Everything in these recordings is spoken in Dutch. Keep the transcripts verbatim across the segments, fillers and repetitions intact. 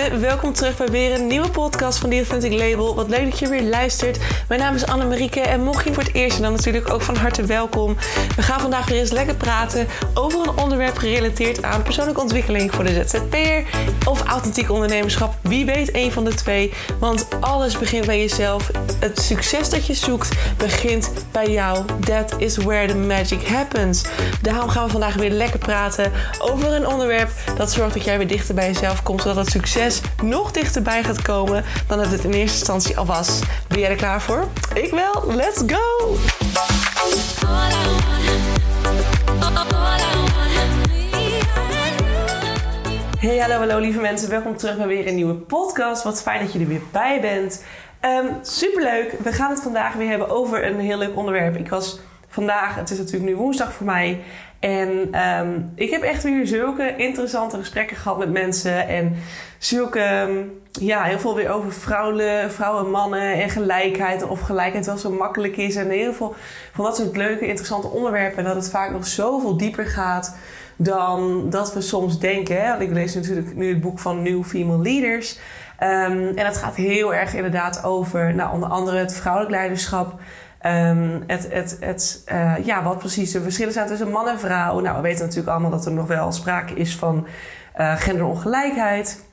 mensen, welkom terug bij weer een nieuwe podcast van The Authentic Label. Wat leuk dat je weer luistert. Mijn naam is Annemarieke en mocht je voor het eerst dan natuurlijk ook van harte welkom. We gaan vandaag weer eens lekker praten over een onderwerp gerelateerd aan persoonlijke ontwikkeling voor de Z Z P'er of authentiek ondernemerschap. Wie weet een van de twee, want alles begint bij jezelf. Het succes dat je zoekt begint bij jou. That is where the magic happens. Daarom gaan we vandaag weer lekker praten over een onderwerp dat zorgt dat jij weer dichter bij jezelf komt, zodat het succes nog dichterbij gaat komen dan dat het in eerste instantie al was. Ben jij er klaar voor? Ik wel. Let's go! Hey, hallo, hallo lieve mensen. Welkom terug bij weer een nieuwe podcast. Wat fijn dat je er weer bij bent. Um, superleuk. We gaan het vandaag weer hebben over een heel leuk onderwerp. Ik was vandaag, het is natuurlijk nu woensdag voor mij. En um, ik heb echt weer zulke interessante gesprekken gehad met mensen. En zulke, um, ja, heel veel weer over vrouwen, vrouwen, mannen en gelijkheid. Of gelijkheid wel zo makkelijk is. En heel veel van dat soort leuke, interessante onderwerpen. En dat het vaak nog zoveel dieper gaat dan dat we soms denken. Hè? Want ik lees natuurlijk nu het boek van New Female Leaders. Um, en het gaat heel erg inderdaad over, nou, onder andere het vrouwelijk leiderschap. Um, het, het, het, uh, ja, wat precies de verschillen zijn tussen man en vrouw. Nou, we weten natuurlijk allemaal dat er nog wel sprake is van uh, genderongelijkheid.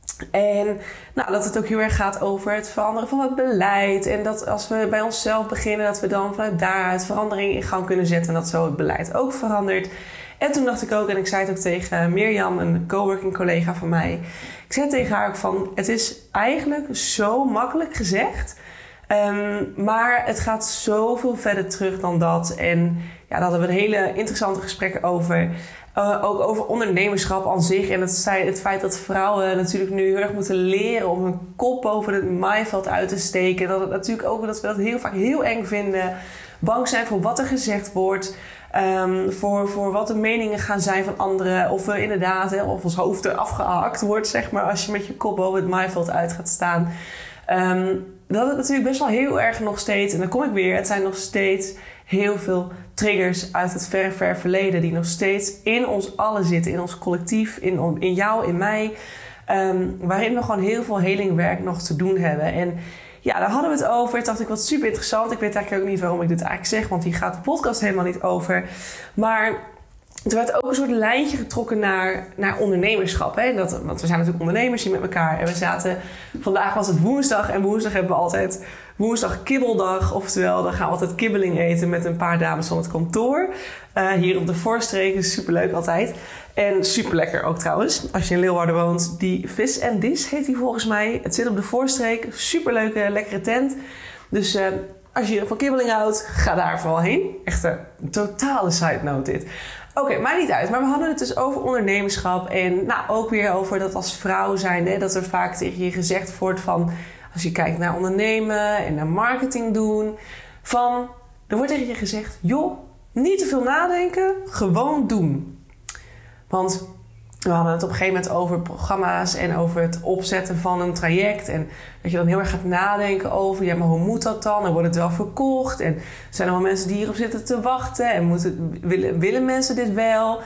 En nou, dat het ook heel erg gaat over het veranderen van het beleid. En dat als we bij onszelf beginnen, dat we dan vanuit daaruit verandering in gang kunnen zetten. En dat zo het beleid ook verandert. En toen dacht ik ook, en ik zei het ook tegen Mirjam, een coworking collega van mij. Ik zei tegen haar ook van, het is eigenlijk zo makkelijk gezegd. Um, maar het gaat zoveel verder terug dan dat. En ja, daar hadden we een hele interessante gesprekken over. Uh, ook over ondernemerschap aan zich. En het, het feit dat vrouwen natuurlijk nu heel erg moeten leren om hun kop boven het maaiveld uit te steken. Dat het natuurlijk ook dat we dat heel vaak heel eng vinden. Bang zijn voor wat er gezegd wordt. Um, voor, voor wat de meningen gaan zijn van anderen. Of we inderdaad, hè, of ons hoofd er afgehakt wordt, zeg maar, als je met je kop boven het maaiveld uit gaat staan. Um, dat het natuurlijk best wel heel erg nog steeds, en dan kom ik weer, het zijn nog steeds heel veel triggers uit het ver, ver verleden die nog steeds in ons allen zitten, in ons collectief, in, in jou, in mij, um, waarin we gewoon heel veel helingwerk nog te doen hebben. En ja, daar hadden we het over. Toen dacht ik, wat super interessant. Ik weet eigenlijk ook niet waarom ik dit eigenlijk zeg, want hier gaat de podcast helemaal niet over. Maar er werd ook een soort lijntje getrokken naar, naar ondernemerschap. Hè? Dat, want we zijn natuurlijk ondernemers hier met elkaar. En we zaten, vandaag was het woensdag. En woensdag hebben we altijd woensdag kibbeldag. Oftewel, dan gaan we altijd kibbeling eten met een paar dames van het kantoor. Uh, hier op de Voorstreek. Is superleuk altijd. En super lekker ook trouwens. Als je in Leeuwarden woont. Die Vis en Dis heet die volgens mij. Het zit op de Voorstreek. Superleuke, lekkere tent. Dus uh, als je van kibbeling houdt, ga daar vooral heen. Echt een totale side note dit. Oké, okay, maakt niet uit. Maar we hadden het dus over ondernemerschap. En nou, ook weer over dat als vrouw zijnde, dat er vaak tegen je gezegd wordt van, als je kijkt naar ondernemen en naar marketing doen, van, er wordt tegen je gezegd, joh, niet te veel nadenken, gewoon doen. Want we hadden het op een gegeven moment over programma's en over het opzetten van een traject. En dat je dan heel erg gaat nadenken over, ja, maar hoe moet dat dan? En wordt het wel verkocht? En er zijn er wel mensen die hierop zitten te wachten? En moeten, willen, willen mensen dit wel?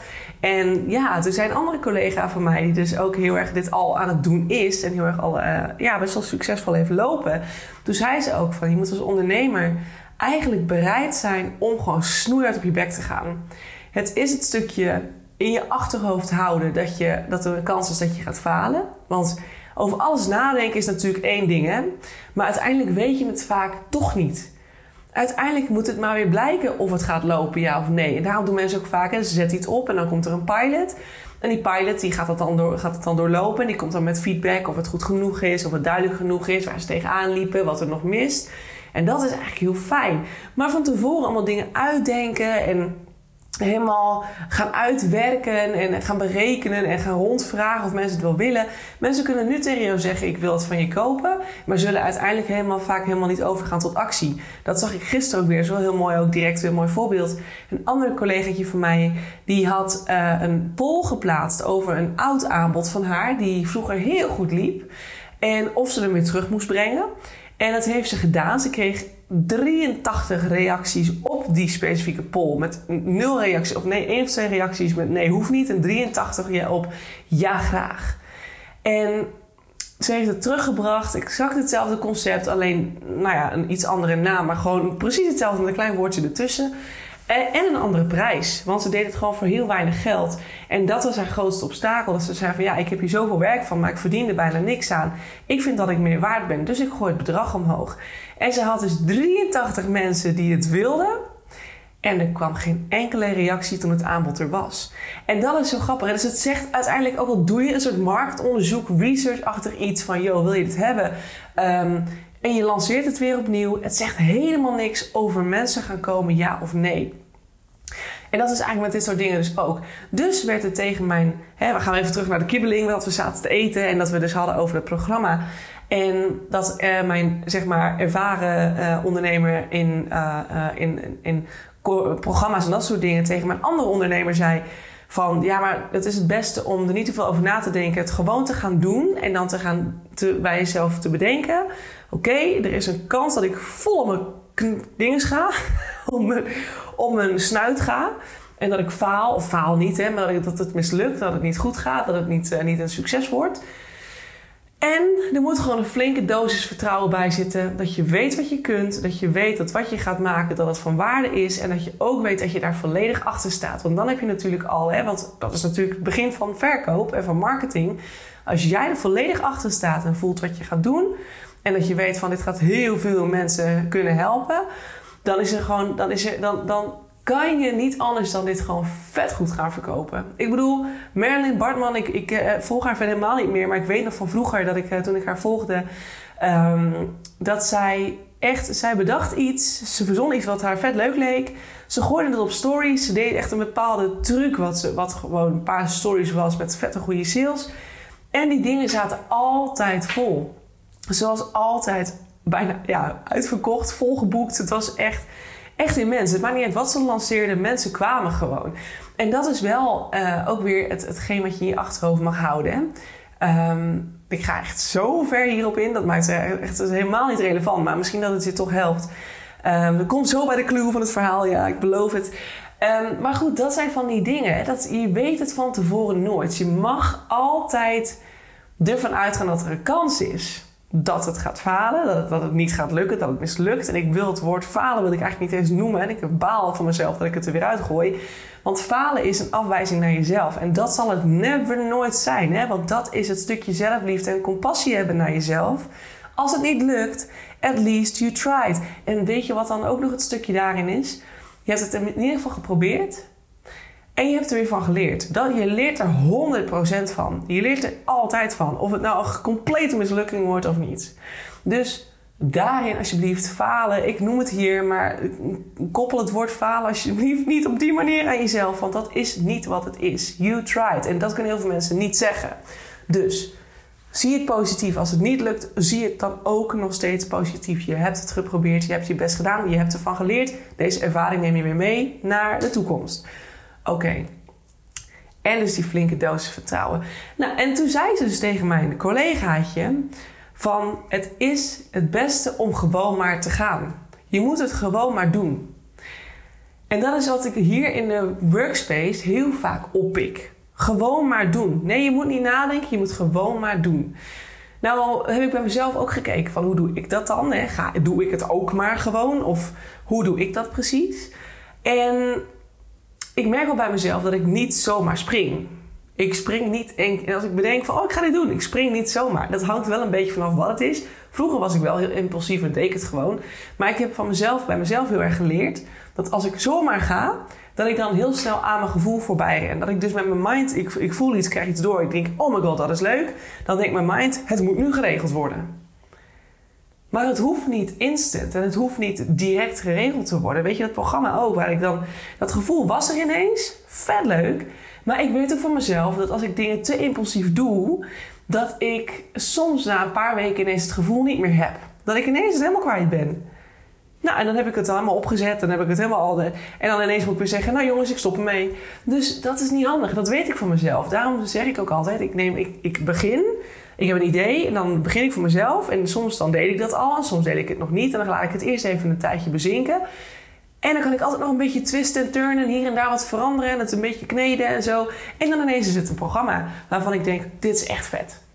En ja, er zijn andere collega van mij die dus ook heel erg dit al aan het doen is. En heel erg al, uh, ja, best wel succesvol heeft lopen. Toen zei ze ook van, je moet als ondernemer eigenlijk bereid zijn om gewoon snoeihard op je bek te gaan. Het is het stukje in je achterhoofd houden dat, je, dat er een kans is dat je gaat falen. Want over alles nadenken is natuurlijk één ding, hè? Maar uiteindelijk weet je het vaak toch niet. Uiteindelijk moet het maar weer blijken of het gaat lopen, ja of nee. En daarom doen mensen ook vaak, hè, ze zetten iets op en dan komt er een pilot. En die pilot die gaat, dat dan door, gaat het dan doorlopen en die komt dan met feedback of het goed genoeg is, of het duidelijk genoeg is, waar ze tegenaan liepen, wat er nog mist. En dat is eigenlijk heel fijn. Maar van tevoren allemaal dingen uitdenken en helemaal gaan uitwerken en gaan berekenen en gaan rondvragen of mensen het wel willen. Mensen kunnen nu tegen jou zeggen, ik wil het van je kopen, maar zullen uiteindelijk helemaal vaak helemaal niet overgaan tot actie. Dat zag ik gisteren ook weer, zo heel mooi, ook direct weer een mooi voorbeeld. Een ander collegaatje van mij, die had uh, een poll geplaatst over een oud aanbod van haar, die vroeger heel goed liep. En of ze hem weer terug moest brengen. En dat heeft ze gedaan. Ze kreeg drieëntachtig reacties op die specifieke poll. Met nul reacties, of nee, één of twee reacties met nee, hoeft niet. En drieëntachtig ja, op ja, graag. En ze heeft het teruggebracht. Exact hetzelfde concept. Alleen, nou ja, een iets andere naam. Maar gewoon precies hetzelfde met een klein woordje ertussen. En, en een andere prijs. Want ze deed het gewoon voor heel weinig geld. En dat was haar grootste obstakel. Dat ze zei van ja, ik heb hier zoveel werk van. Maar ik verdien er bijna niks aan. Ik vind dat ik meer waard ben. Dus ik gooi het bedrag omhoog. En ze had dus drieëntachtig mensen die het wilden. En er kwam geen enkele reactie toen het aanbod er was. En dat is zo grappig. Dus het zegt uiteindelijk ook al doe je een soort marktonderzoek, research-achtig iets van yo, wil je dit hebben? Um, en je lanceert het weer opnieuw. Het zegt helemaal niks over mensen gaan komen, ja of nee. En dat is eigenlijk met dit soort dingen dus ook. Dus werd het tegen mijn... Hè, we gaan even terug naar de kibbeling, dat we zaten te eten en dat we dus hadden over het programma. En dat uh, mijn, zeg maar, ervaren uh, ondernemer in, uh, uh, in, in programma's en dat soort dingen tegen mijn andere ondernemer zei van ja, maar het is het beste om er niet te veel over na te denken, het gewoon te gaan doen en dan te gaan te, bij jezelf te bedenken, oké, okay, er is een kans dat ik vol om mijn kn- dinges ga, om mijn, om mijn snuit ga en dat ik faal, of faal niet, hè, maar dat, ik, dat het mislukt, dat het niet goed gaat, dat het niet, uh, niet een succes wordt. En er moet gewoon een flinke dosis vertrouwen bij zitten. Dat je weet wat je kunt. Dat je weet dat wat je gaat maken, dat het van waarde is. En dat je ook weet dat je daar volledig achter staat. Want dan heb je natuurlijk al, hè, want dat is natuurlijk het begin van verkoop en van marketing. Als jij er volledig achter staat en voelt wat je gaat doen. En dat je weet van dit gaat heel veel mensen kunnen helpen. Dan is er gewoon, dan is er, dan, dan kan je niet anders dan dit gewoon vet goed gaan verkopen. Ik bedoel, Marilyn Bartman, ik, ik uh, volg haar verder helemaal niet meer. Maar ik weet nog van vroeger, dat ik, uh, toen ik haar volgde, um, dat zij echt, zij bedacht iets. Ze verzon iets wat haar vet leuk leek. Ze gooide het op stories. Ze deed echt een bepaalde truc, wat, ze, wat gewoon een paar stories was met vette goede sales. En die dingen zaten altijd vol. Zoals altijd, bijna ja, uitverkocht, volgeboekt. Het was echt... Echt immens. Het maakt niet uit wat ze lanceerden. Mensen kwamen gewoon. En dat is wel uh, ook weer het, hetgeen wat je in je achterhoofd mag houden. Hè? Um, ik ga echt zo ver hierop in. Dat maakt het echt helemaal niet relevant. Maar misschien dat het je toch helpt. Um, we komen zo bij de clue van het verhaal. Ja, ik beloof het. Um, maar goed, dat zijn van die dingen. Hè? Dat, je weet het van tevoren nooit. Je mag altijd ervan uitgaan dat er een kans is dat het gaat falen, dat het, dat het niet gaat lukken, dat het mislukt. En ik wil het woord falen wil ik eigenlijk niet eens noemen. En ik baal van mezelf dat ik het er weer uitgooi. Want falen is een afwijzing naar jezelf. En dat zal het never nooit zijn. Hè? Want dat is het stukje zelfliefde en compassie hebben naar jezelf. Als het niet lukt, at least you tried. En weet je wat dan ook nog het stukje daarin is? Je hebt het in ieder geval geprobeerd. En je hebt er weer van geleerd. Dat, je leert er honderd procent van. Je leert er altijd van. Of het nou een complete mislukking wordt of niet. Dus daarin alsjeblieft falen. Ik noem het hier, maar koppel het woord falen alsjeblieft niet op die manier aan jezelf. Want dat is niet wat het is. You tried. En dat kunnen heel veel mensen niet zeggen. Dus zie het positief. Als het niet lukt, zie het dan ook nog steeds positief. Je hebt het geprobeerd. Je hebt je best gedaan. Je hebt ervan geleerd. Deze ervaring neem je weer mee naar de toekomst. Oké. Okay. En dus die flinke dosis vertrouwen. Nou, en toen zei ze dus tegen mijn collegaatje van het is het beste om gewoon maar te gaan. Je moet het gewoon maar doen. En dat is wat ik hier in de workspace heel vaak oppik. Gewoon maar doen. Nee, je moet niet nadenken, je moet gewoon maar doen. Nou heb ik bij mezelf ook gekeken van hoe doe ik dat dan? Hè? Ga, doe ik het ook maar gewoon? Of hoe doe ik dat precies? En ik merk wel bij mezelf dat ik niet zomaar spring. Ik spring niet, en als ik bedenk van, oh, ik ga dit doen. Ik spring niet zomaar. Dat hangt wel een beetje vanaf wat het is. Vroeger was ik wel heel impulsief en deed ik het gewoon. Maar ik heb van mezelf, bij mezelf heel erg geleerd dat als ik zomaar ga, dat ik dan heel snel aan mijn gevoel voorbij ren. Dat ik dus met mijn mind, ik, ik voel iets, krijg iets door. Ik denk, oh my god, dat is leuk. Dan denkt mijn mind, het moet nu geregeld worden. Maar het hoeft niet instant en het hoeft niet direct geregeld te worden. Weet je, dat programma ook, waar ik dan... Dat gevoel was er ineens, vet leuk. Maar ik weet ook van mezelf dat als ik dingen te impulsief doe, dat ik soms na een paar weken ineens het gevoel niet meer heb. Dat ik ineens het helemaal kwijt ben. Nou, en dan heb ik het allemaal opgezet. Dan heb ik het helemaal al... De, en dan ineens moet ik weer zeggen, nou jongens, ik stop ermee. Dus dat is niet handig. Dat weet ik van mezelf. Daarom zeg ik ook altijd, ik, neem, ik, ik begin... Ik heb een idee en dan begin ik voor mezelf. En soms dan deed ik dat al en soms deed ik het nog niet. En dan laat ik het eerst even een tijdje bezinken. En dan kan ik altijd nog een beetje twisten en turnen en hier en daar wat veranderen. En het een beetje kneden en zo. En dan ineens is het een programma waarvan ik denk, dit is echt vet.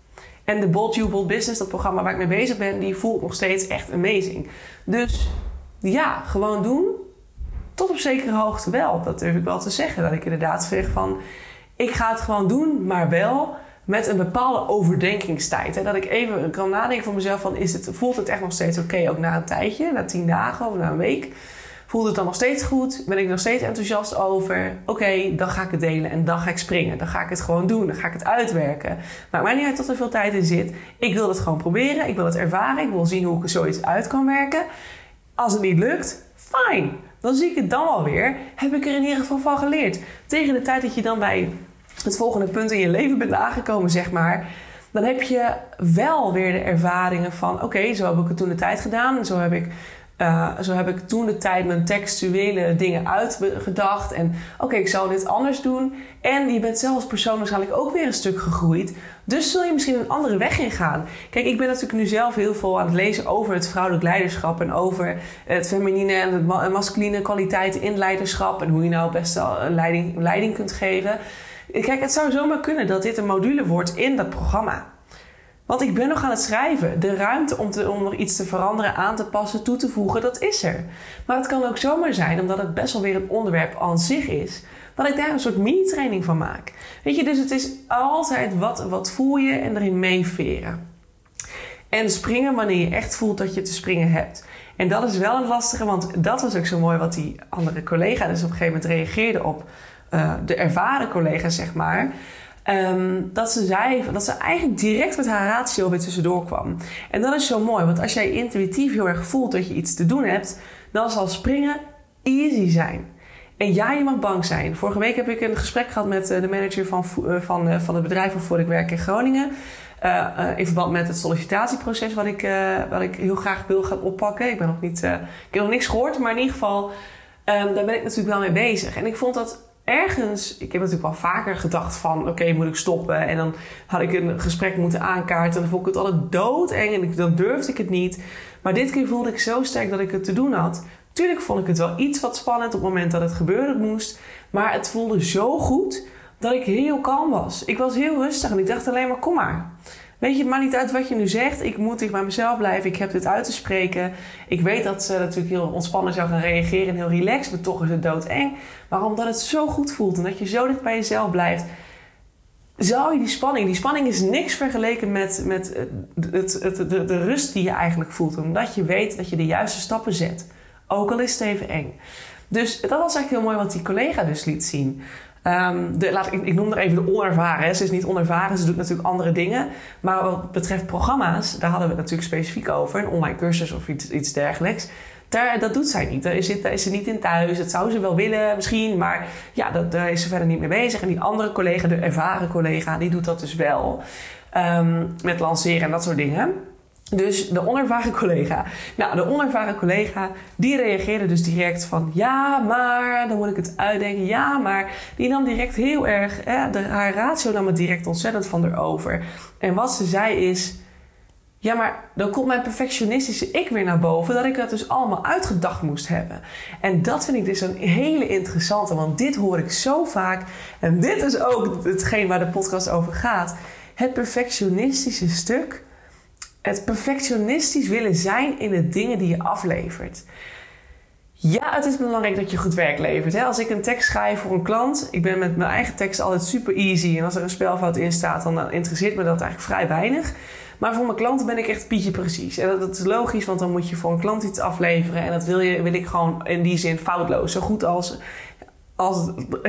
En de Bold You Bold Business, dat programma waar ik mee bezig ben, die voelt nog steeds echt amazing. Dus ja, gewoon doen. Tot op zekere hoogte wel. Dat durf ik wel te zeggen. Dat ik inderdaad zeg van, ik ga het gewoon doen, maar wel met een bepaalde overdenkingstijd. Hè? Dat ik even kan nadenken voor mezelf van, is het, voelt het echt nog steeds oké? Okay? Ook na een tijdje, na tien dagen of na een week. Voelt het dan nog steeds goed? Ben ik nog steeds enthousiast over? Oké, okay, dan ga ik het delen en dan ga ik springen. Dan ga ik het gewoon doen. Dan ga ik het uitwerken. Maakt mij niet uit tot er veel tijd in zit. Ik wil het gewoon proberen. Ik wil het ervaren. Ik wil zien hoe ik er zoiets uit kan werken. Als het niet lukt, fijn. Dan zie ik het dan alweer. Heb ik er in ieder geval van geleerd. Tegen de tijd dat je dan bij het volgende punt in je leven bent aangekomen, zeg maar, dan heb je wel weer de ervaringen van, oké, okay, zo heb ik het toen de tijd gedaan. Zo heb ik, uh, zo heb ik toen de tijd mijn textuele dingen uitgedacht. En oké, okay, ik zou dit anders doen. En je bent zelf als persoon waarschijnlijk ook weer een stuk gegroeid. Dus zul je misschien een andere weg ingaan. Kijk, ik ben natuurlijk nu zelf heel veel aan het lezen over het vrouwelijk leiderschap. En over het feminine en het ma- masculine kwaliteiten in leiderschap. En hoe je nou best wel leiding, leiding kunt geven. Kijk, het zou zomaar kunnen dat dit een module wordt in dat programma. Want ik ben nog aan het schrijven. De ruimte om, te, om nog iets te veranderen, aan te passen, toe te voegen, dat is er. Maar het kan ook zomaar zijn, omdat het best wel weer een onderwerp aan zich is, dat ik daar een soort mini-training van maak. Weet je, dus het is altijd wat, wat voel je en erin meeveren. En springen wanneer je echt voelt dat je te springen hebt. En dat is wel het lastige, want dat was ook zo mooi wat die andere collega dus op een gegeven moment reageerde op. Uh, de ervaren collega, zeg maar. Um, dat ze zei dat ze eigenlijk direct met haar ratio weer tussendoor kwam. En dat is zo mooi, want als jij intuïtief heel erg voelt dat je iets te doen hebt, dan zal springen easy zijn. En ja, je mag bang zijn. Vorige week heb ik een gesprek gehad met uh, de manager van, uh, van, uh, van het bedrijf waarvoor ik werk in Groningen. Uh, uh, in verband met het sollicitatieproces wat ik, uh, wat ik heel graag wil gaan oppakken. Ik ben nog niet, uh, ik heb nog niks gehoord, maar in ieder geval, um, daar ben ik natuurlijk wel mee bezig. En ik vond dat ergens, ik heb natuurlijk wel vaker gedacht van, oké, okay, moet ik stoppen? En dan had ik een gesprek moeten aankaarten. En dan vond ik het altijd doodeng en dan durfde ik het niet. Maar dit keer voelde ik zo sterk dat ik het te doen had. Tuurlijk vond ik het wel iets wat spannend op het moment dat het gebeuren moest. Maar het voelde zo goed dat ik heel kalm was. Ik was heel rustig en ik dacht alleen maar, kom maar. Weet je, het maakt niet uit wat je nu zegt. Ik moet dicht bij mezelf blijven. Ik heb dit uit te spreken. Ik weet dat ze natuurlijk heel ontspannen zou gaan reageren en heel relaxed. Maar toch is het doodeng. Maar omdat het zo goed voelt en dat je zo dicht bij jezelf blijft, zou je die spanning... Die spanning is niks vergeleken met, met het, het, de, de rust die je eigenlijk voelt. Omdat je weet dat je de juiste stappen zet. Ook al is het even eng. Dus dat was eigenlijk heel mooi wat die collega dus liet zien. Um, de, laat, ik, ik noem er even de onervaren. Hè. Ze is niet onervaren, ze doet natuurlijk andere dingen. Maar wat betreft programma's, daar hadden we het natuurlijk specifiek over. Een online cursus of iets, iets dergelijks. Daar, dat doet zij niet. Daar is, daar is ze niet in thuis. Dat zou ze wel willen misschien. Maar ja, dat, daar is ze verder niet mee bezig. En die andere collega, de ervaren collega, die doet dat dus wel. Um, met lanceren en dat soort dingen. Dus de onervaren collega. Nou, de onervaren collega, die reageerde dus direct van, ja, maar, dan moet ik het uitdenken. Ja, maar, die nam direct heel erg, hè, de, haar ratio nam het direct ontzettend van haar over. En wat ze zei is, ja, maar dan komt mijn perfectionistische ik weer naar boven, dat ik dat dus allemaal uitgedacht moest hebben. En dat vind ik dus een hele interessante, want dit hoor ik zo vaak. En dit is ook hetgeen waar de podcast over gaat. Het perfectionistische stuk. Het perfectionistisch willen zijn in de dingen die je aflevert. Ja, het is belangrijk dat je goed werk levert. Hè? Als ik een tekst schrijf voor een klant, ik ben met mijn eigen tekst altijd super easy. En als er een spelfout in staat, dan interesseert me dat eigenlijk vrij weinig. Maar voor mijn klanten ben ik echt pietje precies. En dat, dat is logisch, want dan moet je voor een klant iets afleveren. En dat wil, je, wil ik gewoon in die zin foutloos. Zo goed als... als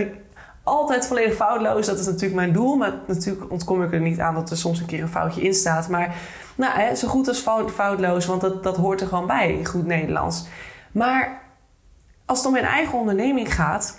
altijd volledig foutloos, dat is natuurlijk mijn doel. Maar natuurlijk ontkom ik er niet aan dat er soms een keer een foutje in staat. Maar nou, hè, zo goed als fout, foutloos, want dat, dat hoort er gewoon bij in goed Nederlands. Maar als het om mijn eigen onderneming gaat,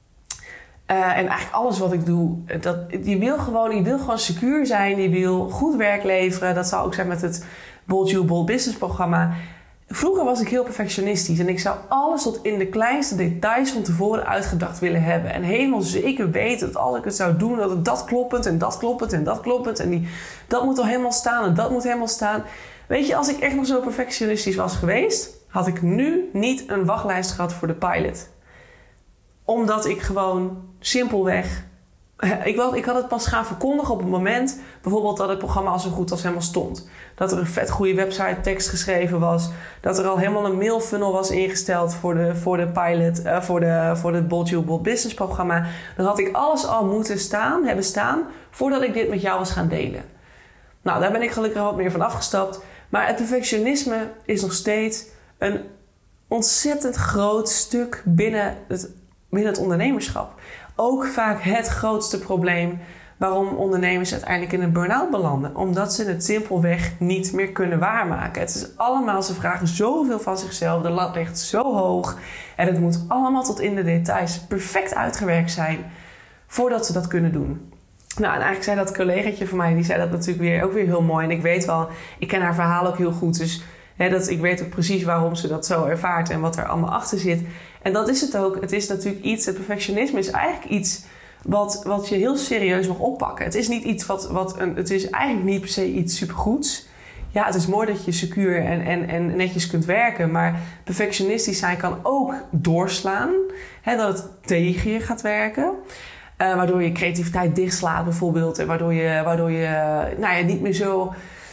uh, en eigenlijk alles wat ik doe, dat, je wil gewoon, je wil gewoon secuur zijn, je wil goed werk leveren. Dat zou ook zijn met het Bold You Bold Business programma. Vroeger was ik heel perfectionistisch en ik zou alles tot in de kleinste details van tevoren uitgedacht willen hebben. En helemaal zeker weten dat als ik het zou doen, dat het dat kloppend en dat kloppend en dat kloppend en die, dat moet al helemaal staan en dat moet helemaal staan. Weet je, als ik echt nog zo perfectionistisch was geweest, had ik nu niet een wachtlijst gehad voor de pilot. Omdat ik gewoon simpelweg Ik, was, ik had het pas gaan verkondigen op het moment... bijvoorbeeld dat het programma al zo goed als helemaal stond. Dat er een vet goede website tekst geschreven was. Dat er al helemaal een mailfunnel was ingesteld... voor de, voor de pilot, uh, voor de, voor het Bold You Bold Business programma. Dan had ik alles al moeten staan, hebben staan... voordat ik dit met jou was gaan delen. Nou, daar ben ik gelukkig wat meer van afgestapt. Maar het perfectionisme is nog steeds... een ontzettend groot stuk binnen het, binnen het ondernemerschap. Ook vaak het grootste probleem waarom ondernemers uiteindelijk in een burn-out belanden. Omdat ze het simpelweg niet meer kunnen waarmaken. Het is allemaal, ze vragen zoveel van zichzelf. De lat ligt zo hoog. En het moet allemaal tot in de details perfect uitgewerkt zijn voordat ze dat kunnen doen. Nou, en eigenlijk zei dat collegaatje van mij, die zei dat natuurlijk weer, ook weer heel mooi. En ik weet wel, ik ken haar verhaal ook heel goed. Dus hè, dat, ik weet ook precies waarom ze dat zo ervaart en wat er allemaal achter zit. En dat is het ook. Het is natuurlijk iets, het perfectionisme is eigenlijk iets wat, wat je heel serieus mag oppakken. Het is niet iets wat, wat een, het is eigenlijk niet per se iets supergoeds. Ja, het is mooi dat je secuur en, en, en netjes kunt werken, maar perfectionistisch zijn kan ook doorslaan. Hè, dat het tegen je gaat werken. Uh, waardoor je creativiteit dichtslaat bijvoorbeeld. En waardoor je, waardoor je nou ja, niet meer zo...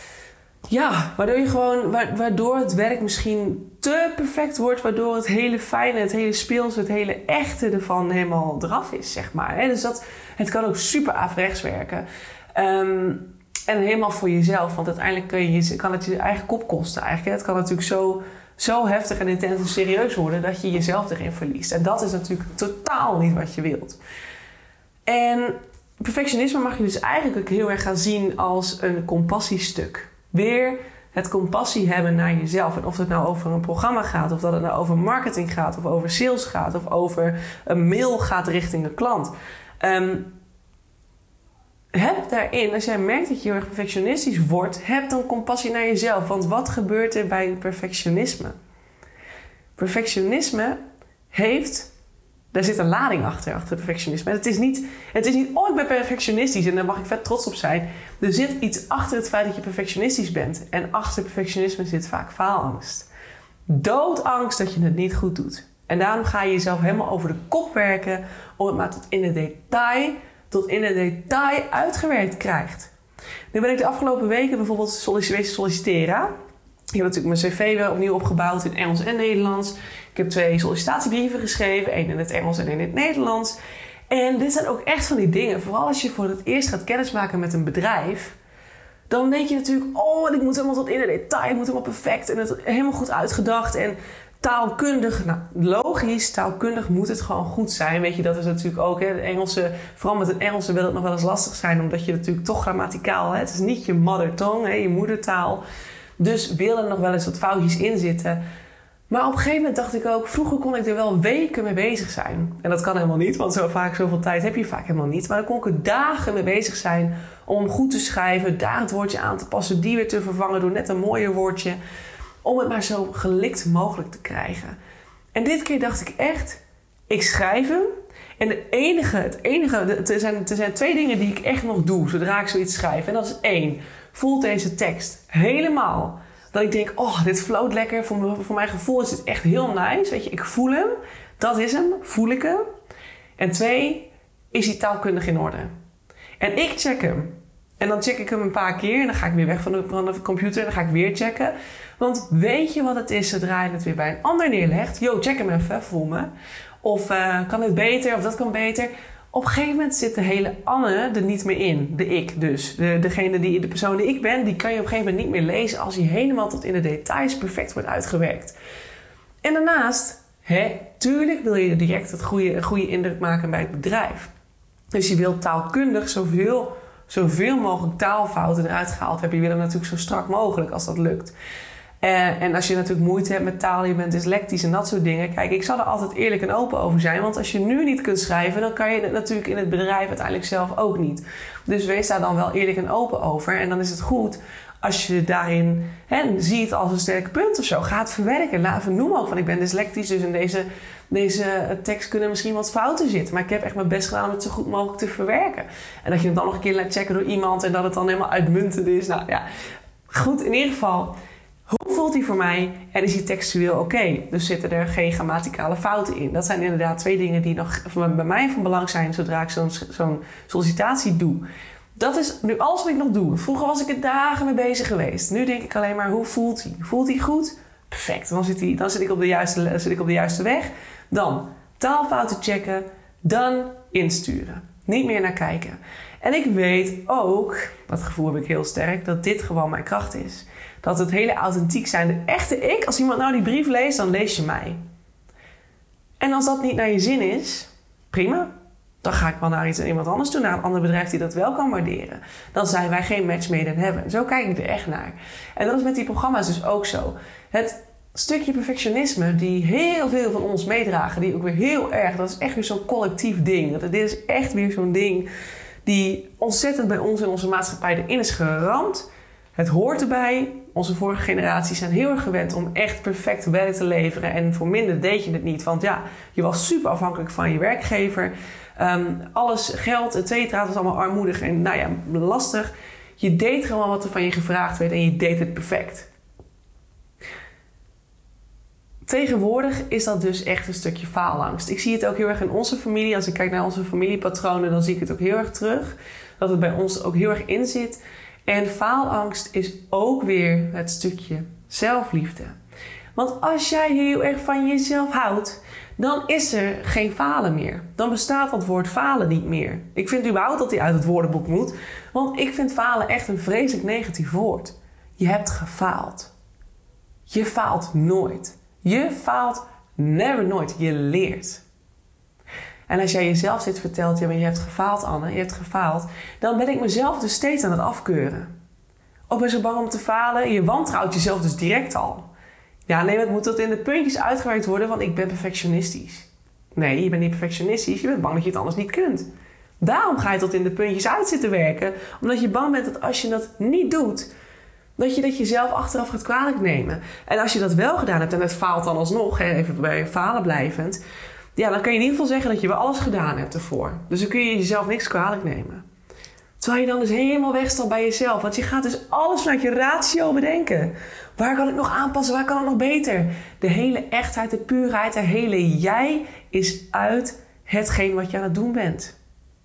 Ja, waardoor je gewoon... Waardoor het werk misschien te perfect wordt. Waardoor het hele fijne, het hele speelse, het hele echte ervan helemaal eraf is, zeg maar. Dus dat, het kan ook super averechts werken. Um, en helemaal voor jezelf. Want uiteindelijk kun je, kan het je eigen kop kosten eigenlijk. Het kan natuurlijk zo, zo heftig en intens en serieus worden dat je jezelf erin verliest. En dat is natuurlijk totaal niet wat je wilt. En perfectionisme mag je dus eigenlijk ook heel erg gaan zien als een compassiestuk. Weer het compassie hebben naar jezelf. En of het nou over een programma gaat, of dat het nou over marketing gaat, of over sales gaat, of over een mail gaat richting een klant. Um, heb daarin, als jij merkt dat je heel erg perfectionistisch wordt, heb dan compassie naar jezelf. Want wat gebeurt er bij perfectionisme? Perfectionisme heeft... Daar zit een lading achter, achter perfectionisme. Het is niet, het is niet, oh, ik ben perfectionistisch en daar mag ik vet trots op zijn. Er zit iets achter het feit dat je perfectionistisch bent. En achter perfectionisme zit vaak faalangst. Doodangst dat je het niet goed doet. En daarom ga je jezelf helemaal over de kop werken om het maar tot in de detail, tot in de detail uitgewerkt krijgt. Nu ben ik de afgelopen weken bijvoorbeeld solliciteren. solliciteren. Ik heb natuurlijk mijn cv weer opnieuw opgebouwd in Engels en Nederlands. Ik heb twee sollicitatiebrieven geschreven. één in het Engels en één in het Nederlands. En dit zijn ook echt van die dingen. Vooral als je voor het eerst gaat kennismaken met een bedrijf. Dan denk je natuurlijk, oh, ik moet helemaal tot in de detail. Ik moet helemaal perfect en het helemaal goed uitgedacht. En taalkundig, nou logisch, taalkundig moet het gewoon goed zijn. Weet je, dat is natuurlijk ook, hè, de Engelse, vooral met het Engelse wil het nog wel eens lastig zijn. Omdat je natuurlijk toch grammaticaal, hè, het is niet je mother tongue, hè, je moedertaal. Dus wil er nog wel eens wat foutjes in zitten. Maar op een gegeven moment dacht ik ook, vroeger kon ik er wel weken mee bezig zijn. En dat kan helemaal niet, want zo vaak zoveel tijd heb je vaak helemaal niet. Maar dan kon ik er dagen mee bezig zijn om goed te schrijven, daar het woordje aan te passen, die weer te vervangen door net een mooier woordje. Om het maar zo gelikt mogelijk te krijgen. En dit keer dacht ik echt, ik schrijf hem. En de enige, het enige, er zijn, er zijn twee dingen die ik echt nog doe zodra ik zoiets schrijf. En dat is één, voelt deze tekst helemaal. Dat ik denk, oh, dit float lekker. Voor, me, voor mijn gevoel is het echt heel nice. Weet je, ik voel hem. Dat is hem. Voel ik hem. En twee, is hij taalkundig in orde? En ik check hem. En dan check ik hem een paar keer. En dan ga ik weer weg van de, van de computer. En dan ga ik weer checken. Want weet je wat het is zodra je het weer bij een ander neerlegt? Yo, check hem even. Voel me. Of uh, kan dit beter? Of dat kan beter? Op een gegeven moment zit de hele Anne er niet meer in. De ik dus. De, degene die, de persoon die ik ben, die kan je op een gegeven moment niet meer lezen als die helemaal tot in de details perfect wordt uitgewerkt. En daarnaast, hè, tuurlijk wil je direct het goede, een goede indruk maken bij het bedrijf. Dus je wilt taalkundig zoveel, zoveel mogelijk taalfouten eruit gehaald hebben. Je wil hem natuurlijk zo strak mogelijk als dat lukt. Uh, en als je natuurlijk moeite hebt met taal, je bent dyslectisch en dat soort dingen. Kijk, ik zal er altijd eerlijk en open over zijn. Want als je nu niet kunt schrijven, dan kan je het natuurlijk in het bedrijf uiteindelijk zelf ook niet. Dus wees daar dan wel eerlijk en open over. En dan is het goed als je daarin, hè, zie het als een sterk punt of zo. Ga het verwerken. Laat, noem ook van, ik ben dyslectisch, dus in deze, deze tekst kunnen misschien wat fouten zitten. Maar ik heb echt mijn best gedaan om het zo goed mogelijk te verwerken. En dat je het dan nog een keer laat checken door iemand en dat het dan helemaal uitmuntend is. Nou ja, goed, in ieder geval. Hoe voelt die voor mij en is die textueel oké? Okay? Dus zitten er geen grammaticale fouten in? Dat zijn inderdaad twee dingen die nog bij mij van belang zijn zodra ik zo'n, zo'n sollicitatie doe. Dat is nu alles wat ik nog doe. Vroeger was ik er dagen mee bezig geweest. Nu denk ik alleen maar, hoe voelt hij? Voelt hij goed? Perfect, dan zit, hij, dan zit, ik op de juiste, zit ik op de juiste weg. Dan taalfouten checken, dan insturen. Niet meer naar kijken. En ik weet ook, dat gevoel heb ik heel sterk, dat dit gewoon mijn kracht is. Dat het hele authentiek zijn, de echte ik. Als iemand nou die brief leest, dan lees je mij. En als dat niet naar je zin is, prima. Dan ga ik wel naar iets en iemand anders toe, naar een ander bedrijf die dat wel kan waarderen. Dan zijn wij geen match made in heaven. Zo kijk ik er echt naar. En dat is met die programma's dus ook zo. Het stukje perfectionisme die heel veel van ons meedragen, die ook weer heel erg, dat is echt weer zo'n collectief ding. Dit is echt weer zo'n ding die ontzettend bij ons in onze maatschappij erin is geramd. Het hoort erbij. Onze vorige generaties zijn heel erg gewend om echt perfect werk te leveren. En voor minder deed je het niet. Want ja, je was super afhankelijk van je werkgever. Um, alles, geld, et cetera, was allemaal armoedig en nou ja, lastig. Je deed gewoon wat er van je gevraagd werd en je deed het perfect. Tegenwoordig is dat dus echt een stukje faalangst. Ik zie het ook heel erg in onze familie. Als ik kijk naar onze familiepatronen, dan zie ik het ook heel erg terug. Dat het bij ons ook heel erg in zit. En faalangst is ook weer het stukje zelfliefde. Want als jij heel erg van jezelf houdt, dan is er geen falen meer. Dan bestaat dat woord falen niet meer. Ik vind überhaupt dat die uit het woordenboek moet. Want ik vind falen echt een vreselijk negatief woord. Je hebt gefaald. Je faalt nooit. Je faalt never nooit. Je leert. En als jij jezelf steeds vertelt, ja, maar je hebt gefaald, Anne, je hebt gefaald, dan ben ik mezelf dus steeds aan het afkeuren. Of ben je zo bang om te falen? Je wantrouwt jezelf dus direct al. Ja, nee, het moet tot in de puntjes uitgewerkt worden, want ik ben perfectionistisch. Nee, je bent niet perfectionistisch, je bent bang dat je het anders niet kunt. Daarom ga je tot in de puntjes uit zitten werken, omdat je bang bent dat als je dat niet doet, dat je dat jezelf achteraf gaat kwalijk nemen. En als je dat wel gedaan hebt en het faalt dan alsnog, hè, even bij falen blijvend, ja, dan kan je in ieder geval zeggen dat je wel alles gedaan hebt ervoor. Dus dan kun je jezelf niks kwalijk nemen. Terwijl je dan dus helemaal wegstapt bij jezelf. Want je gaat dus alles vanuit je ratio bedenken. Waar kan ik nog aanpassen? Waar kan het nog beter? De hele echtheid, de puurheid, de hele jij is uit hetgeen wat je aan het doen bent.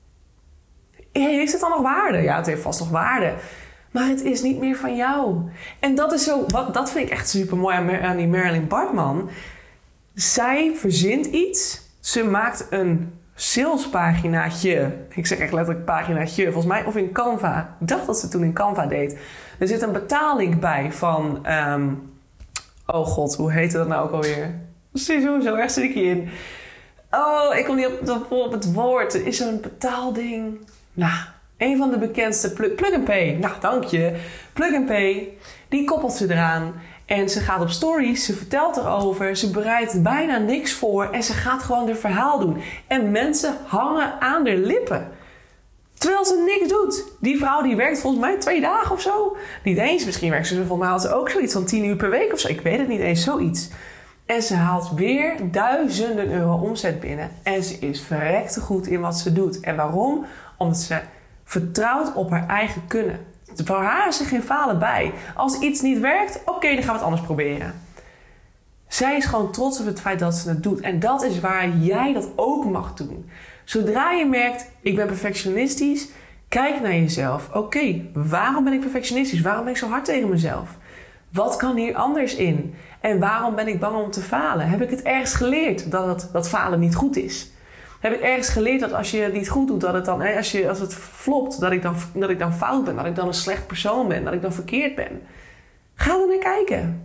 Heeft het dan nog waarde? Ja, het heeft vast nog waarde. Maar het is niet meer van jou. En dat is zo, wat, dat vind ik echt super mooi aan, aan die Marilyn Bartman. Zij verzint iets. Ze maakt een salespaginaatje. Ik zeg echt letterlijk paginaatje. Volgens mij. Of in Canva. Ik dacht dat ze toen in Canva deed. Er zit een betaallink bij van... Um, oh god, hoe heette dat nou ook alweer? Zo, zo erg zit ik hierin. Oh, ik kom niet op, op het woord. Er is zo'n betaalding. Nou, een van de bekendste. Plug, Plug and Pay. Nou, dank je. Plug and Pay. Die koppelt ze eraan. En ze gaat op stories, ze vertelt erover, ze bereidt bijna niks voor en ze gaat gewoon haar verhaal doen. En mensen hangen aan haar lippen. Terwijl ze niks doet. Die vrouw die werkt volgens mij twee dagen of zo. Niet eens, misschien werkt ze volgens mij had ze ook zoiets van tien uur per week of zo. Ik weet het niet eens, zoiets. En ze haalt weer duizenden euro omzet binnen. En ze is verrekte goed in wat ze doet. En waarom? Omdat ze vertrouwt op haar eigen kunnen. Voor haar is er geen falen bij. Als iets niet werkt, oké, okay, dan gaan we het anders proberen. Zij is gewoon trots op het feit dat ze het doet. En dat is waar jij dat ook mag doen. Zodra je merkt, ik ben perfectionistisch, kijk naar jezelf. Oké, okay, waarom ben ik perfectionistisch? Waarom ben ik zo hard tegen mezelf? Wat kan hier anders in? En waarom ben ik bang om te falen? Heb ik het ergens geleerd dat, het, dat falen niet goed is? Heb ik ergens geleerd dat als je het niet goed doet, dat het dan, als, je, als het flopt, dat ik, dan, dat ik dan fout ben, dat ik dan een slecht persoon ben, dat ik dan verkeerd ben? Ga er naar kijken.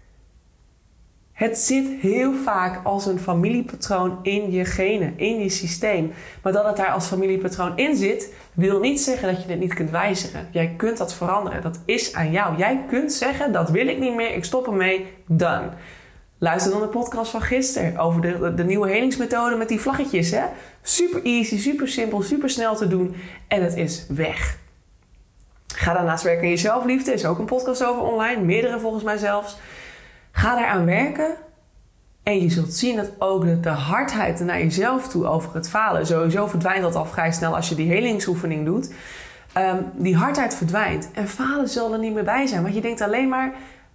Het zit heel vaak als een familiepatroon in je genen, in je systeem. Maar dat het daar als familiepatroon in zit, wil niet zeggen dat je het niet kunt wijzigen. Jij kunt dat veranderen. Dat is aan jou. Jij kunt zeggen, dat wil ik niet meer, ik stop ermee, done. Luister dan de podcast van gisteren over de, de, de nieuwe helingsmethode met die vlaggetjes. Hè? Super easy, super simpel, super snel te doen en het is weg. Ga daarnaast werken aan je zelfliefde. Er is ook een podcast over online, meerdere volgens mij zelfs. Ga daaraan werken en je zult zien dat ook de, de hardheid naar jezelf toe over het falen. Sowieso verdwijnt dat al vrij snel als je die helingsoefening doet. Um, die hardheid verdwijnt en falen zal er niet meer bij zijn. Want je denkt alleen maar,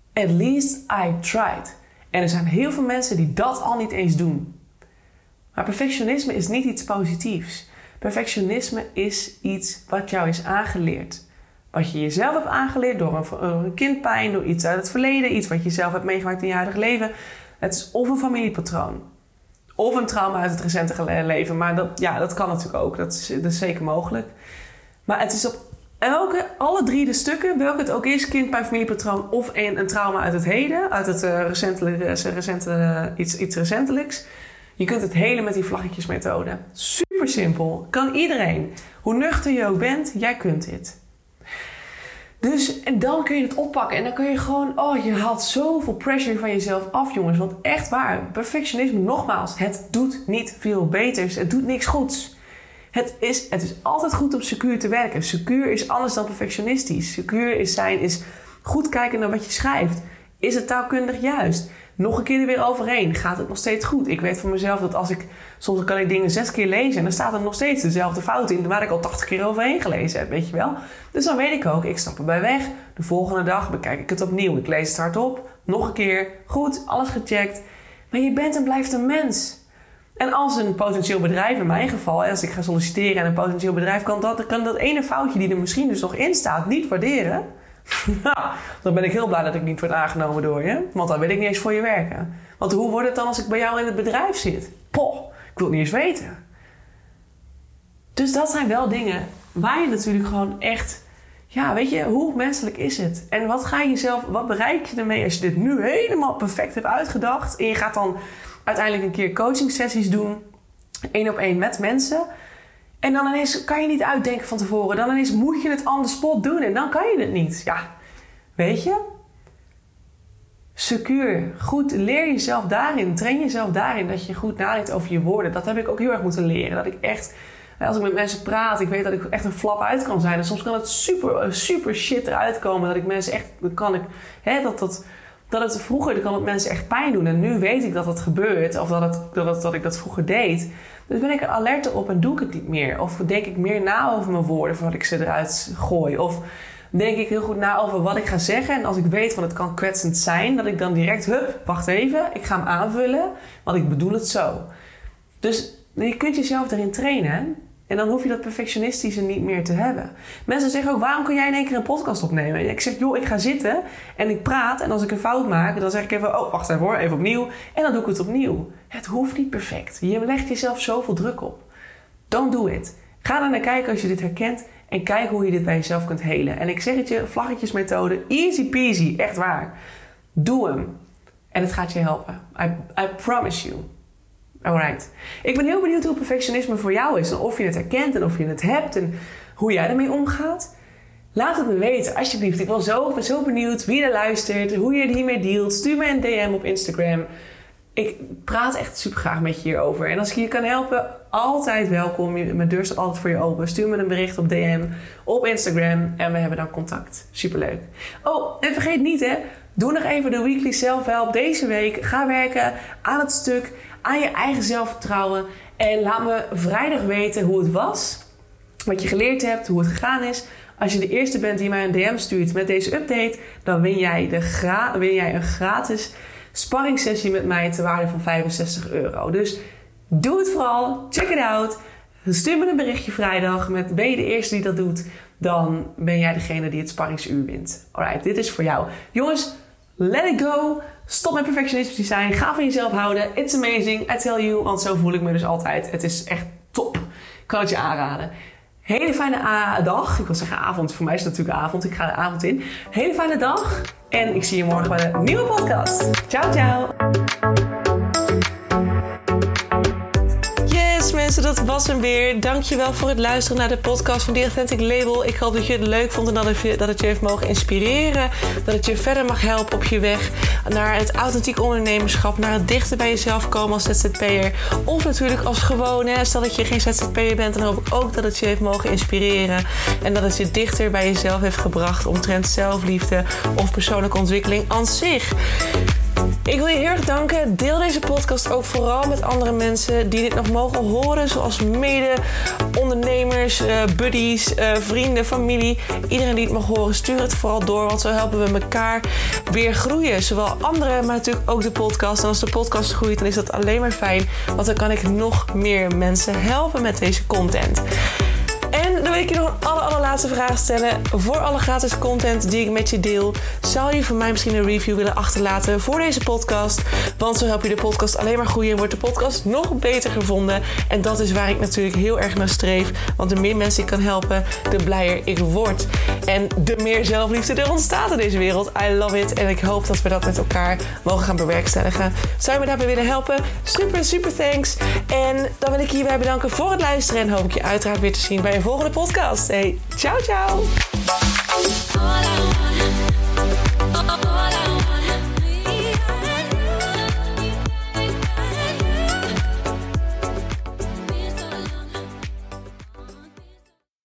At least I tried. En er zijn heel veel mensen die dat al niet eens doen. Maar perfectionisme is niet iets positiefs. Perfectionisme is iets wat jou is aangeleerd. Wat je jezelf hebt aangeleerd door een, door een kindpijn, door iets uit het verleden, iets wat je zelf hebt meegemaakt in je huidige leven. Het is of een familiepatroon, of een trauma uit het recente leven. Maar dat, ja, dat kan natuurlijk ook, dat is, dat is zeker mogelijk. Maar het is op elke, alle drie de stukken, welke het ook is, kindpijn, familiepatroon of een, een trauma uit het heden, uit het uh, recentelijke, recente, uh, iets, iets recentelijks. Je kunt het helen met die vlaggetjesmethode. Super simpel. Kan iedereen. Hoe nuchter je ook bent, jij kunt dit. Dus, en dan kun je het oppakken. En dan kun je gewoon, oh, je haalt zoveel pressure van jezelf af, jongens. Want echt waar, perfectionisme, nogmaals, het doet niet veel beters. Het doet niks goeds. Het is, het is altijd goed om secuur te werken. Secuur is anders dan perfectionistisch. Secuur is zijn, is goed kijken naar wat je schrijft. Is het taalkundig juist? Nog een keer er weer overheen. Gaat het nog steeds goed? Ik weet van mezelf dat als ik... Soms kan ik dingen zes keer lezen en dan staat er nog steeds dezelfde fout in waar ik al tachtig keer overheen gelezen heb, weet je wel. Dus dan weet ik ook, ik stap erbij weg. De volgende dag bekijk ik het opnieuw. Ik lees het hardop. Nog een keer. Goed, alles gecheckt. Maar je bent en blijft een mens. En als een potentieel bedrijf, in mijn geval, als ik ga solliciteren en een potentieel bedrijf kan dat, kan dat ene foutje die er misschien dus nog in staat niet waarderen. Nou, dan ben ik heel blij dat ik niet word aangenomen door je. Want dan wil ik niet eens voor je werken. Want hoe wordt het dan als ik bij jou in het bedrijf zit? Poh, ik wil het niet eens weten. Dus dat zijn wel dingen waar je natuurlijk gewoon echt... Ja, weet je, hoe menselijk is het? En wat ga je jezelf, wat bereik je ermee als je dit nu helemaal perfect hebt uitgedacht? En je gaat dan uiteindelijk een keer coaching sessies doen. Één op één met mensen. En dan ineens kan je niet uitdenken van tevoren. Dan ineens moet je het on the spot doen. En dan kan je het niet. Ja, weet je? Secuur. Goed, leer jezelf daarin. Train jezelf daarin dat je goed nadenkt over je woorden. Dat heb ik ook heel erg moeten leren. Dat ik echt, als ik met mensen praat, ik weet dat ik echt een flap uit kan zijn. En soms kan het super, super shit eruit komen. Dat ik mensen echt, dat kan ik, hè, dat dat... Dat het vroeger, dan kan het mensen echt pijn doen. En nu weet ik dat het gebeurt. Of dat, het, dat, het, dat ik dat vroeger deed. Dus ben ik er alert op en doe ik het niet meer. Of denk ik meer na over mijn woorden voordat ik ze eruit gooi. Of denk ik heel goed na over wat ik ga zeggen. En als ik weet van het kan kwetsend zijn. Dat ik dan direct, hup, wacht even. Ik ga hem aanvullen. Want ik bedoel het zo. Dus je kunt jezelf erin trainen. En dan hoef je dat perfectionistische niet meer te hebben. Mensen zeggen ook, waarom kun jij in één keer een podcast opnemen? Ik zeg, joh, ik ga zitten en ik praat. En als ik een fout maak, dan zeg ik even, oh, wacht even hoor, even opnieuw. En dan doe ik het opnieuw. Het hoeft niet perfect. Je legt jezelf zoveel druk op. Don't do it. Ga er naar kijken als je dit herkent. En kijk hoe je dit bij jezelf kunt helen. En ik zeg het je, vlaggetjesmethode, easy peasy, echt waar. Doe hem. En het gaat je helpen. I, I promise you. Alright. Ik ben heel benieuwd hoe perfectionisme voor jou is. En of je het herkent en of je het hebt. En hoe jij ermee omgaat. Laat het me weten, alsjeblieft. Ik ben zo, ben zo benieuwd wie er luistert. Hoe je hiermee dealt. Stuur me een D M op Instagram. Ik praat echt super graag met je hierover. En als ik je kan helpen, altijd welkom. Mijn deur staat altijd voor je open. Stuur me een bericht op D M op Instagram. En we hebben dan contact. Superleuk. Oh, en vergeet niet hè. Doe nog even de Weekly Self-Help deze week. Ga werken aan het stuk. Aan je eigen zelfvertrouwen. En laat me vrijdag weten hoe het was. Wat je geleerd hebt. Hoe het gegaan is. Als je de eerste bent die mij een D M stuurt met deze update. Dan win jij, de gra- win jij een gratis sparringssessie met mij ter waarde van vijfenzestig euro. Dus doe het vooral. Check it out. Stuur me een berichtje vrijdag. Met ben je de eerste die dat doet. Dan ben jij degene die het sparringsuur wint. Alright, dit is voor jou. Jongens, let it go. Stop met perfectionistisch zijn. Ga van jezelf houden. It's amazing. I tell you. Want zo voel ik me dus altijd. Het is echt top. Ik kan het je aanraden. Hele fijne a- dag. Ik wil zeggen avond. Voor mij is het natuurlijk avond. Ik ga de avond in. Hele fijne dag. En ik zie je morgen bij een nieuwe podcast. Ciao, ciao. Mensen, dat was hem weer. Dankjewel voor het luisteren naar de podcast van The Authentic Label. Ik hoop dat je het leuk vond en dat het je, dat het je heeft mogen inspireren. Dat het je verder mag helpen op je weg naar het authentiek ondernemerschap. Naar het dichter bij jezelf komen als Z Z P'er. Of natuurlijk als gewone. Stel dat je geen Z Z P'er bent, dan hoop ik ook dat het je heeft mogen inspireren. En dat het je dichter bij jezelf heeft gebracht omtrent zelfliefde of persoonlijke ontwikkeling aan zich. Ik wil je heel erg danken. Deel deze podcast ook vooral met andere mensen die dit nog mogen horen. Zoals mede-ondernemers, uh, buddies, uh, vrienden, familie. Iedereen die het mag horen, stuur het vooral door. Want zo helpen we elkaar weer groeien. Zowel anderen, maar natuurlijk ook de podcast. En als de podcast groeit, dan is dat alleen maar fijn. Want dan kan ik nog meer mensen helpen met deze content. En dan wil ik je nog een aller, allerlaatste vraag stellen. Voor alle gratis content die ik met je deel, zou je voor mij misschien een review willen achterlaten voor deze podcast? Want zo help je de podcast alleen maar groeien en wordt de podcast nog beter gevonden. En dat is waar ik natuurlijk heel erg naar streef. Want de meer mensen ik kan helpen, de blijer ik word. En de meer zelfliefde er ontstaat in deze wereld. I love it. En ik hoop dat we dat met elkaar mogen gaan bewerkstelligen. Zou je me daarbij willen helpen? Super, super thanks. En dan wil ik je hierbij bedanken voor het luisteren. En hoop ik je uiteraard weer te zien bij een volgende podcast. Hey, ciao, ciao.